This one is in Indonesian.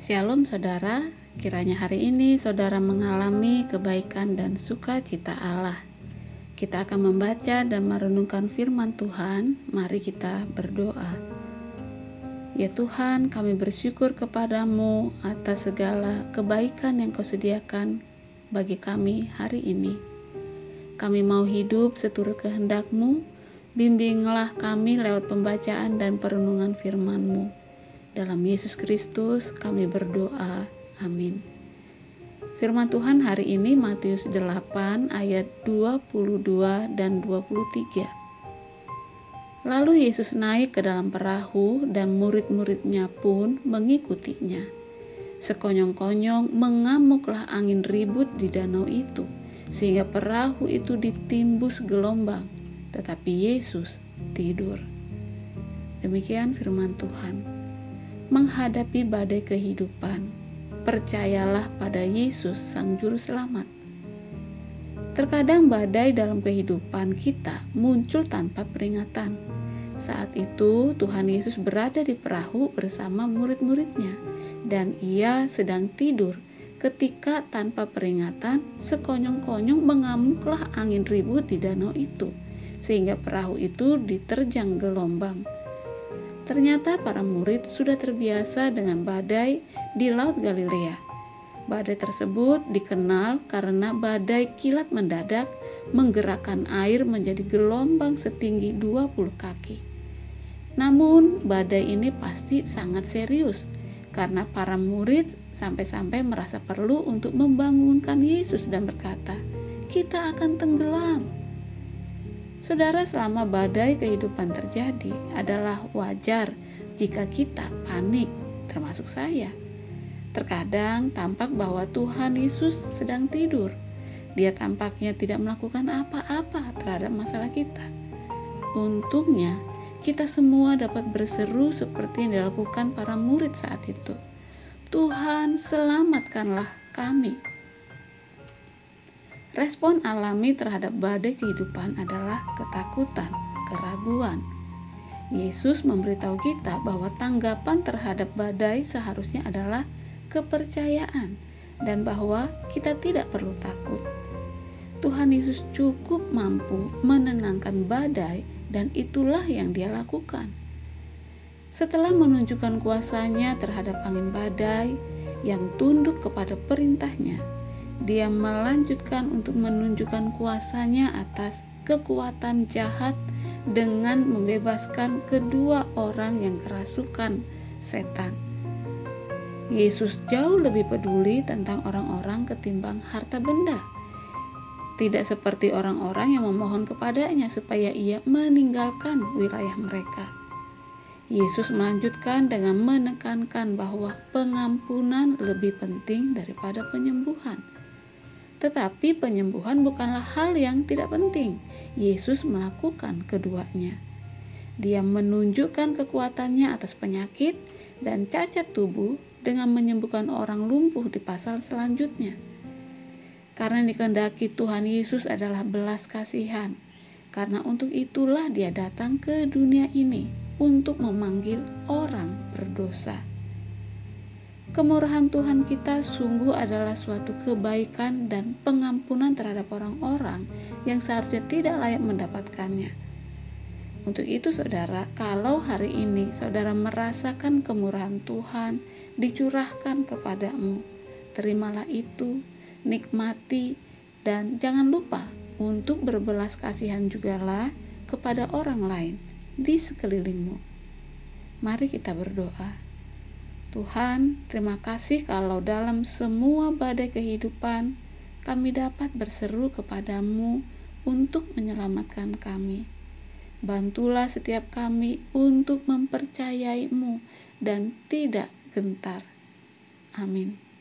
Shalom saudara, kiranya hari ini saudara mengalami kebaikan dan sukacita Allah. Kita akan membaca dan merenungkan firman Tuhan. Mari kita berdoa. Ya Tuhan, kami bersyukur kepadamu atas segala kebaikan yang Kau sediakan bagi kami hari ini. Kami mau hidup seturut kehendak-Mu. Bimbinglah kami lewat pembacaan dan perenungan firman-Mu. Dalam Yesus Kristus kami berdoa. Amin. Firman Tuhan hari ini Matius 8 ayat 22 dan 23. Lalu Yesus naik ke dalam perahu dan murid-muridnya pun mengikutinya. Sekonyong-konyong mengamuklah angin ribut di danau itu, sehingga perahu itu ditimbus gelombang, tetapi Yesus tidur. Demikian firman Tuhan. Menghadapi badai kehidupan, percayalah pada Yesus Sang Juru Selamat. Terkadang badai dalam kehidupan kita muncul tanpa peringatan. Saat itu Tuhan Yesus berada di perahu bersama murid-muridnya, dan Ia sedang tidur ketika tanpa peringatan sekonyong-konyong mengamuklah angin ribut di danau itu, sehingga perahu itu diterjang gelombang. Ternyata para murid sudah terbiasa dengan badai di Laut Galilea. Badai tersebut dikenal karena badai kilat mendadak menggerakkan air menjadi gelombang setinggi 20 kaki. Namun badai ini pasti sangat serius karena para murid sampai-sampai merasa perlu untuk membangunkan Yesus dan berkata, "Kita akan tenggelam." Saudara, selama badai kehidupan terjadi adalah wajar jika kita panik, termasuk saya. Terkadang tampak bahwa Tuhan Yesus sedang tidur. Dia tampaknya tidak melakukan apa-apa terhadap masalah kita. Untungnya, kita semua dapat berseru seperti yang dilakukan para murid saat itu. "Tuhan, selamatkanlah kami." Respon alami terhadap badai kehidupan adalah ketakutan, keraguan. Yesus memberitahu kita bahwa tanggapan terhadap badai seharusnya adalah kepercayaan dan bahwa kita tidak perlu takut. Tuhan Yesus cukup mampu menenangkan badai dan itulah yang Dia lakukan. Setelah menunjukkan kuasa-Nya terhadap angin badai yang tunduk kepada perintah-Nya, Dia melanjutkan untuk menunjukkan kuasa-Nya atas kekuatan jahat dengan membebaskan kedua orang yang kerasukan setan. Yesus jauh lebih peduli tentang orang-orang ketimbang harta benda. Tidak seperti orang-orang yang memohon kepadanya supaya Ia meninggalkan wilayah mereka. Yesus melanjutkan dengan menekankan bahwa pengampunan lebih penting daripada penyembuhan. Tetapi penyembuhan bukanlah hal yang tidak penting. Yesus melakukan keduanya. Dia menunjukkan kekuatannya atas penyakit dan cacat tubuh dengan menyembuhkan orang lumpuh di pasal selanjutnya. Karena dikehendaki Tuhan Yesus adalah belas kasihan. Karena untuk itulah Dia datang ke dunia ini untuk memanggil orang berdosa. Kemurahan Tuhan kita sungguh adalah suatu kebaikan dan pengampunan terhadap orang-orang yang seharusnya tidak layak mendapatkannya. Untuk itu saudara, kalau hari ini saudara merasakan kemurahan Tuhan dicurahkan kepadamu, terimalah itu, nikmati, dan jangan lupa untuk berbelas kasihan jugalah kepada orang lain di sekelilingmu. Mari kita berdoa. Tuhan, terima kasih kalau dalam semua badai kehidupan kami dapat berseru kepadamu untuk menyelamatkan kami. Bantulah setiap kami untuk mempercayai-Mu dan tidak gentar. Amin.